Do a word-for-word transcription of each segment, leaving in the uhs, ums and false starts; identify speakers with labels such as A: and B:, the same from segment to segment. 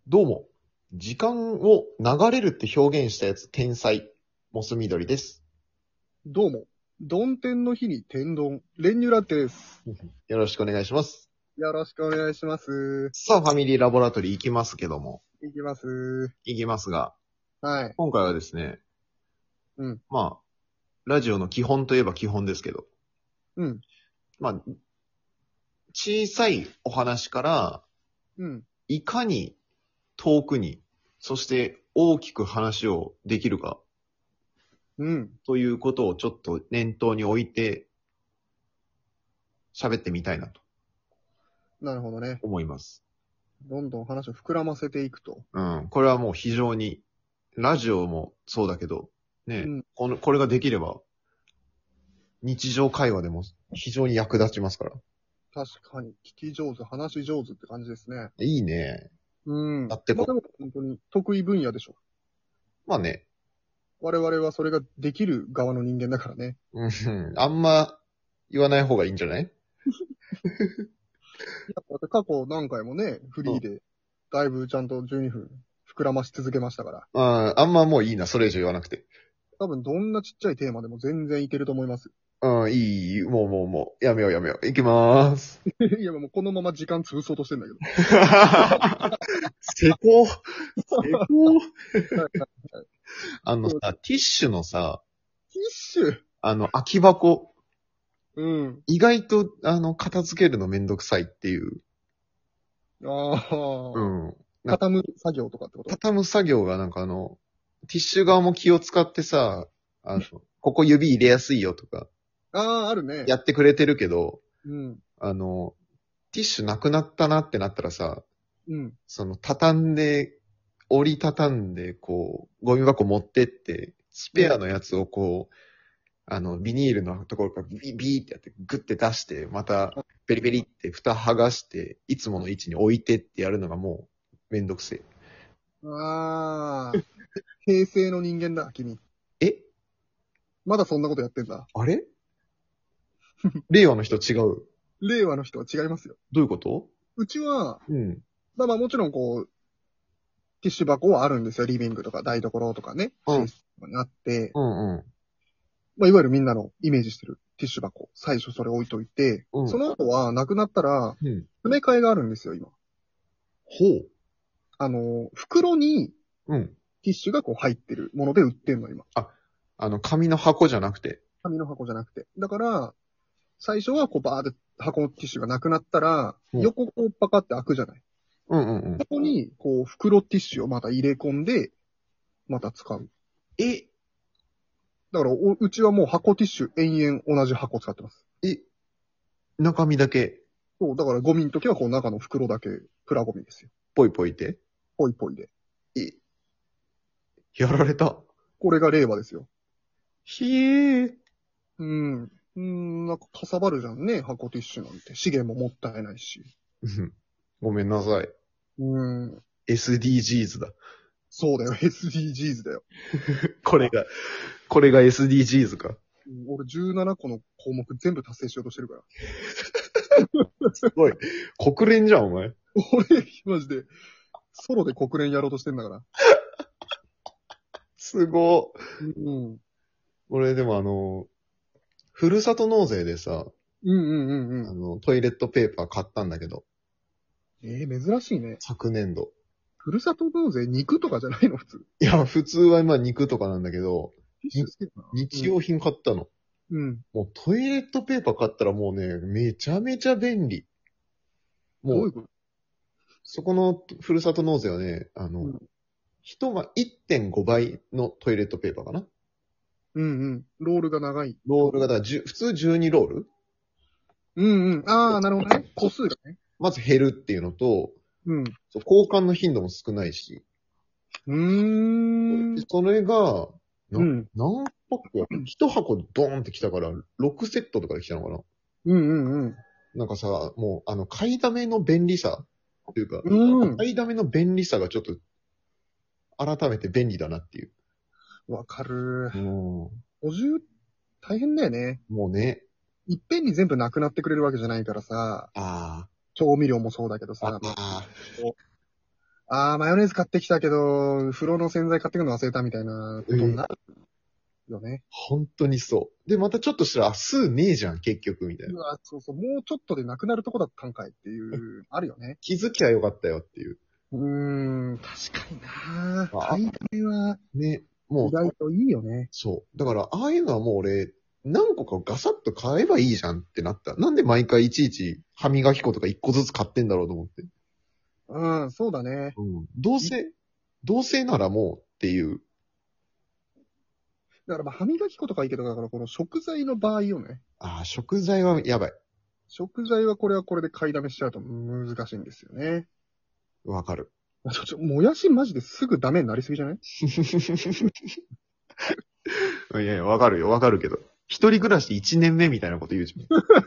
A: どうも。時間を流れるって表現したやつ、天才。モス緑です。
B: どうも。曇天の日に天丼、練乳ラテです。
A: よろしくお願いします。
B: よろしくお願いします。
A: さあ、ファミリーラボラトリー行きますけども。
B: いきます。
A: 行きますが、
B: はい。
A: 今回はですね、
B: うん。
A: まあ、ラジオの基本といえば基本ですけど、
B: うん。
A: まあ、小さいお話から、
B: うん。
A: いかに遠くに、そして大きく話をできるか、
B: うん。
A: ということをちょっと念頭に置いて、喋ってみたいなと
B: なるほどね。
A: 思います。
B: どんどん話を膨らませていくと。
A: うん。これはもう非常に、ラジオもそうだけど、ね、
B: うん。
A: この、これができれば、日常会話でも非常に役立ちますから。
B: 確かに、聞き上手、話し上手って感じですね。
A: いいね。
B: うん。
A: やってこ
B: まあでも本当に得意分野でしょ。
A: まあね、
B: 我々はそれができる側の人間だからね。
A: うん、あんま言わない方がいいんじゃない？
B: いや、だって過去何回もね、フリーで、だいぶちゃんとじゅうにふん膨らまし続けましたから。
A: うん、あんまもういいな、それ以上言わなくて。
B: 多分どんなちっちゃいテーマでも全然いけると思います。
A: うん、いい、いいもうもうもう、やめようやめよう。行きまーす。
B: いや、もうこのまま時間潰そうとしてんだけど。
A: 成功成功
B: はいはい。
A: あのさ、
B: そう
A: ティッシュのさ、
B: ティッシュ。
A: あの、空き箱、
B: うん。
A: 意外と、あの、片付けるのめんどくさいっていう。
B: あ
A: う
B: あ。
A: ん。な
B: 畳む作業とかってこと？
A: 畳む作業がなんかあの、ティッシュ側も気を使ってさ、あの、ここ指入れやすいよとか、
B: ああ、あるね。
A: やってくれてるけど、
B: うん。
A: あの、ティッシュなくなったなってなったらさ、
B: うん。
A: その、畳んで、折り畳んで、こう、ゴミ箱持ってって、スペアのやつをこう、あの、ビニールのところからビビーってやって、グッて出して、また、ベリベリって蓋剥がして、いつもの位置に置いてってやるのがもう、めんどくせ
B: ああ。平成の人間だ、君。
A: え。え、
B: まだそんなことやってんだ。
A: あれ令和の人違う？
B: 令和の人は違いますよ。
A: どういうこと？
B: うちは、
A: うん。
B: まあまあもちろんこう、ティッシュ箱はあるんですよ。リビングとか台所とかね。
A: うん。
B: 寝室とかにあって、
A: うんうん。
B: まあいわゆるみんなのイメージしてるティッシュ箱。最初それ置いといて、
A: うん。
B: その後はなくなったら、
A: うん。
B: 詰め替えがあるんですよ、今。
A: ほう。
B: あの、袋に
A: うん。
B: ティッシュがこう入ってるもので売ってんの、今。
A: あ、あの、紙の箱じゃなくて。
B: 紙の箱じゃなくて。だから、最初はこうバーって箱のティッシュがなくなったら、
A: うん
B: 横こうパカって開くじゃない。
A: うんうんうん。
B: そこに、こう、袋ティッシュをまた入れ込んで、また使う。
A: え、
B: だからお、うちはもう箱ティッシュ延々同じ箱使ってます。
A: え、中身だけ、
B: そう、だからゴミの時はこう中の袋だけプラゴミですよ。
A: ぽいぽいって。
B: ポイポイで。
A: え、やられた。
B: これが令和ですよ。
A: ひえー。
B: うん。うん、なんかかさばるじゃんね、箱ティッシュなんて。資源ももったいないし。
A: うんごめんなさい。
B: うん。
A: エスディージーズ だ。
B: そうだよ、エスディージーズ だよ。
A: これが、これが エスディージーズ か。
B: うん俺じゅうななこの項目全部達成しようとしてるから。
A: すごい。国連じゃん、お前。
B: 俺、マジで、ソロで国連やろうとしてんだから。
A: すごい。
B: うん。
A: 俺でもあの、ふるさと納税でさ、
B: うんうんうんうん。
A: あの、トイレットペーパー買ったんだけど、
B: えー、珍しいね。
A: 昨年度。
B: ふるさと納税肉とかじゃないの普通。
A: いや、普通はまあ肉とかなんだけど、
B: ティッシュ好きだな。
A: 日用品買ったの。
B: うん。
A: もうトイレットペーパー買ったらもうね、めちゃめちゃ便利。もう、
B: どういうこと？
A: そこのふるさと納税はね、あの、
B: うん
A: 一ま、いってんごばいのトイレットペーパーかな。
B: うんうん。ロールが長い。
A: ロールがだからじゅう普通じゅうにロール
B: うんうん。ああ、なるほどね。個数がね。
A: まず減るっていうのと、
B: うん。
A: そう交換の頻度も少ないし、
B: うーん。
A: でそれが、な、
B: うん。
A: 何パックや一箱ドーンって来たから、ろくセットとかで来たのかな。
B: うんうんうん。
A: なんかさ、もう、あの、買いだめの便利さっていうか、
B: うん。
A: 買いだめの便利さがちょっと、改めて便利だなっていう。
B: わかる。
A: うん。も
B: 補充、大変だよね。
A: うね、
B: いっぺんに全部なくなってくれるわけじゃないからさ、
A: あ
B: 調味料もそうだけど
A: あ、
B: さ、まあ、
A: ああ、
B: こうあー、マヨネーズ買ってきたけど、風呂の洗剤買ってくるの忘れたみたいなことになるよね。
A: 本当にそう。で、またちょっとしたら、あ、数ねえじゃん、結局、みたいうな。
B: わ、そうそう、もうちょっとでなくなるとこだったんかいっていう、あるよね。
A: 気づきゃよかったよっていう。
B: うーん、確かにな
A: あ、
B: 買いだめは
A: ね、もう、
B: 意外といいよね。
A: そう。だから、ああいうのはもう俺、何個かガサッと買えばいいじゃんってなった。なんで毎回いちいち歯磨き粉とかいっこずつ買ってんだろうと思って。
B: うん、そうだね。
A: うん。どうせ、どうせならもうっていう。
B: だからまあ歯磨き粉とかいいけど、だからこの食材の場合よね。
A: ああ、食材はやばい。
B: 食材はこれはこれで買いだめしちゃうと難しいんですよね。
A: わかる。
B: ちょ、ちょ、もやしマジですぐダメになりすぎじゃない？
A: いやいや、わかるよ、わかるけど。一人暮らしいちねんめみたいなこと言うじ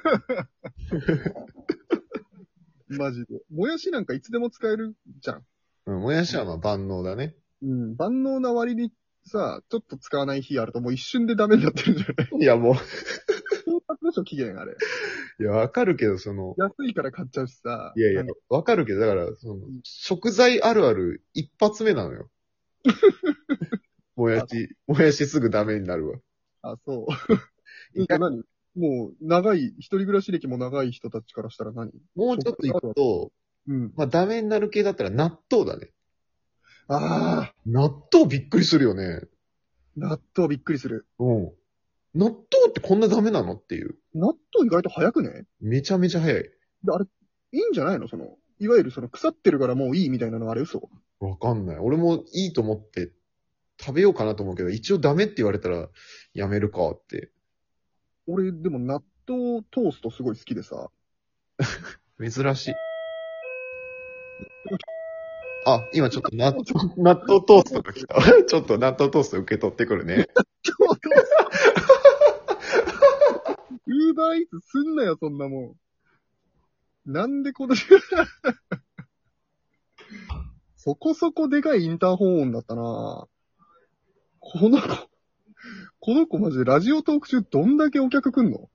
B: マジで。もやしなんかいつでも使えるじゃん。
A: ゃん。うん、もやしはまあ万能だね。
B: うん。万能な割にさ、ちょっと使わない日あるともう一瞬でダメになってるんじゃない？
A: いや、もう、
B: そうでしょ、期限あれ。
A: いや、わかるけど、その、
B: 安いから買っちゃうしさ。
A: いやいや
B: なんか、
A: わかるけど、だから、その、食材あるある一発目なのよ。もやし、もやしすぐダメになるわ。
B: あ、そう。なんか何もう、長い、一人暮らし歴も長い人たちからしたら何？
A: もうちょっと行くと、
B: うん。
A: まあ、ダメになる系だったら納豆だね。
B: ああ、
A: 納豆びっくりするよね。
B: 納豆びっくりする。
A: うん。納豆ってこんなダメなのっていう。
B: 納豆意外と早くね？
A: めちゃめちゃ早い。
B: で、あれ、いいんじゃないのその、いわゆるその腐ってるからもういいみたいなのはあれ嘘？
A: わかんない。俺もいいと思って食べようかなと思うけど、一応ダメって言われたらやめるかって。
B: 俺、でも納豆トーストすごい好きでさ。
A: 珍しい。あ、今ちょっと納豆、納豆トーストが来た。ちょっと納豆トースト受け取ってくるね。
B: ウーバーイーツすんなよ、そんなもん。なんでこの、そこそこでかいインターホン音だったなこの子、この子マジでラジオトーク中どんだけお客来んの？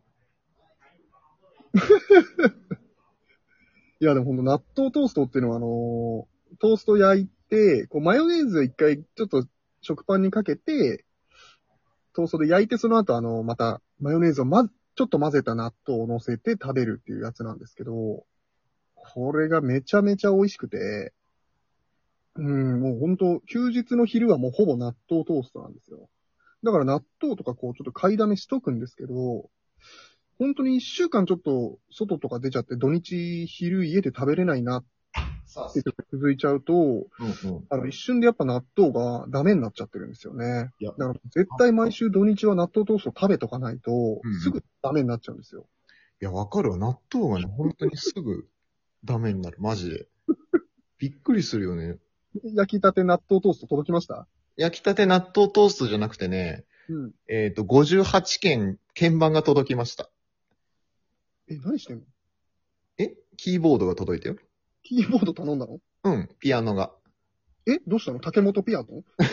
B: いや、でもほんと納豆トーストっていうのはあのートースト焼いて、こうマヨネーズを一回ちょっと食パンにかけて、トーストで焼いてその後あの、またマヨネーズをま、ちょっと混ぜた納豆を乗せて食べるっていうやつなんですけど、これがめちゃめちゃ美味しくて、うん、もうほんと、休日の昼はもうほぼ納豆トーストなんですよ。だから納豆とかこうちょっと買いだめしとくんですけど、本当に一週間ちょっと外とか出ちゃって土日昼家で食べれないなって続いちゃうと、
A: うんうん。
B: あの一瞬でやっぱ納豆がダメになっちゃってるんですよね。
A: いや
B: だから絶対毎週土日は納豆トースト食べとかないと
A: うんうん、
B: すぐダメになっちゃうんですよ。
A: いや、わかるわ。納豆がね、本当にすぐダメになる。マジで。びっくりするよね。
B: 焼きたて納豆トースト届きました？
A: 焼きたて納豆トーストじゃなくてね、
B: うん。
A: えっと、ごじゅうはちけん鍵盤が届きました。
B: え、何してんの？
A: えキーボードが届いたよ。
B: キーボード頼んだの？
A: うん、ピアノが。
B: え、どうしたの？竹本ピアノ？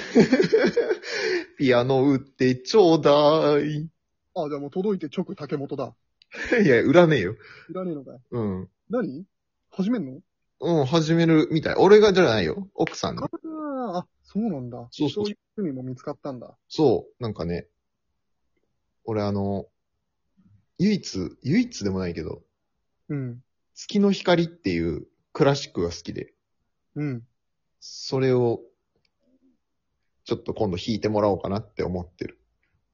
A: ピアノ売ってちょうだい。
B: あ、じゃあもう届いて直竹本だ。
A: いや、売らねえよ。
B: いらねえのかい。
A: うん。
B: 何始めんの？
A: うん、始めるみたい。俺がじゃないよ。奥さんに。
B: ああ、あ、そうなんだ。
A: そうそう
B: そういう趣味も見つかったんだ。
A: そう、なんかね、俺あの、唯一、唯一でもないけど、
B: うん。
A: 月の光っていうクラシックが好きで、
B: うん。
A: それを、ちょっと今度弾いてもらおうかなって思ってる。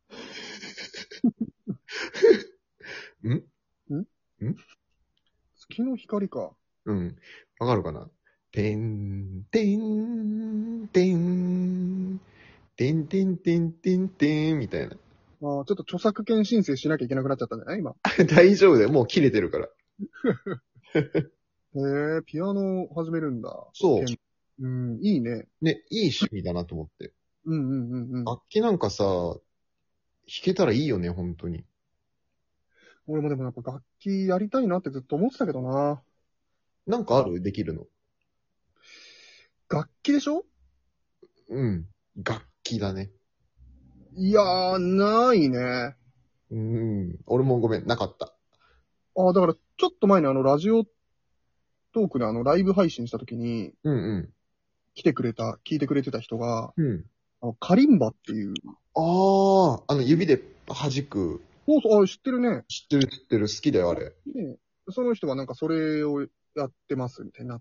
A: ん
B: 月の光か。
A: うん。わかるかな？てん、てん、てん、てんてんてんてんてんみたいな。
B: ああ、ちょっと著作権申請しなきゃいけなくなっちゃったんじゃない今。
A: 大丈夫だよ。もう切れてるから。
B: へえ、ピアノを始めるんだ。
A: そう。
B: うん、いいね。
A: ね、いい趣味だなと思って。
B: うんうんうんうん。
A: 楽器なんかさ、弾けたらいいよね、本当に。
B: 俺もでもやっぱ楽器やりたいなってずっと思ってたけどな。
A: なんかあるできるの。
B: 楽器でしょ？
A: うん。楽器だね。
B: いやー、ないね。
A: うん。俺もごめん、なかった。
B: ああ、だからちょっと前にあのラジオトークであの、ライブ配信した時に、
A: うんう
B: 来てくれた、聞いてくれてた人が、
A: ん。うん。
B: あの、カリンバっていう、
A: ああ、あの指で弾く。
B: そうそう、あ、知ってるね。
A: 知ってる知ってる。好きだよ、あれ。
B: ね、その人がなんかそれをやってますみたいになって、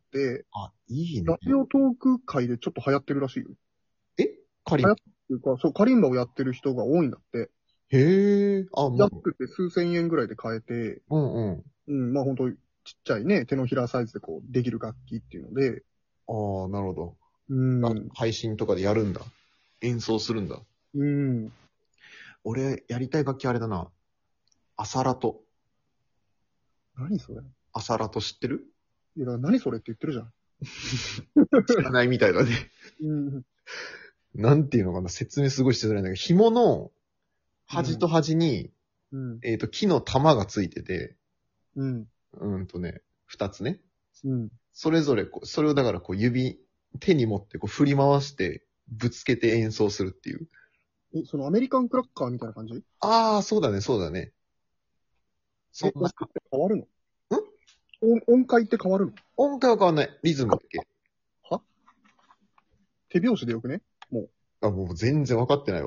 A: あ、いいね
B: ラ。ジオトーク界でちょっと流行ってるらしいよ。っ
A: えカリン。
B: 流行っていうか、そう、カリンバをやってる人が多いんだって。
A: へえ、あ、もう、
B: 安くて数千円ぐらいで買えて、
A: うんうん。
B: うん、まあ本当ちっちゃいね、手のひらサイズでこう、できる楽器っていうので、
A: ああ、なるほど。
B: うん、
A: あ配信とかでやるんだ。演奏するんだ。
B: うん。
A: 俺、やりたい楽器あれだな。アサラト。
B: 何それ
A: アサラト知ってる？
B: いや、だから何それって言ってるじゃん。
A: 知らないみたいだね。
B: うん。
A: なんていうのかな、説明すごいしづらいんだけど、紐の端と端に、
B: うん。
A: えっと、木の玉がついてて、
B: うん。
A: うんとね、二つね。
B: うん。
A: それぞれこう、それをだからこう指、手に持ってこう振り回して、ぶつけて演奏するっていう。
B: え、そのアメリカンクラッカーみたいな感じ？
A: ああ、そうだね、そうだね。そん
B: え、
A: な、
B: 音って変わるの？音、音階って変わるの？
A: 音階は変わんない。リズムだけ。
B: は手拍子でよくね？
A: あ、もう全然わかってないわ。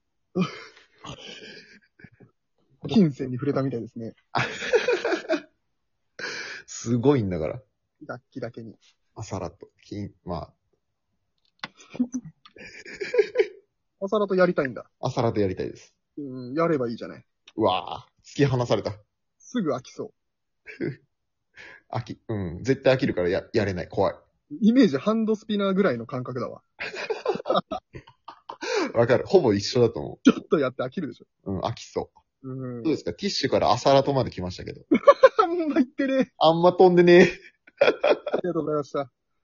B: 金銭に触れたみたいですね。
A: すごいんだから。
B: 楽器だけに。
A: アサラと、金、ま
B: アサラとやりたいんだ。
A: あ、アサラとやりたいです。
B: うん、やればいいじゃない。
A: うわぁ、突き放された。
B: すぐ飽きそ
A: 飽き、うん、絶対飽きるからや、やれない。怖い。
B: う。イメージハンドスピナーぐらいの感覚だわ。
A: わかる。ほぼ一緒だと思
B: ちょっとやって飽きるでしょ。
A: う。うん、飽きそう。
B: うん。
A: どうですか？ティッシュからアサラとまで来ましたけど。
B: あんま言ってね。
A: あんま飛んでねえ。
B: ありがとうございました。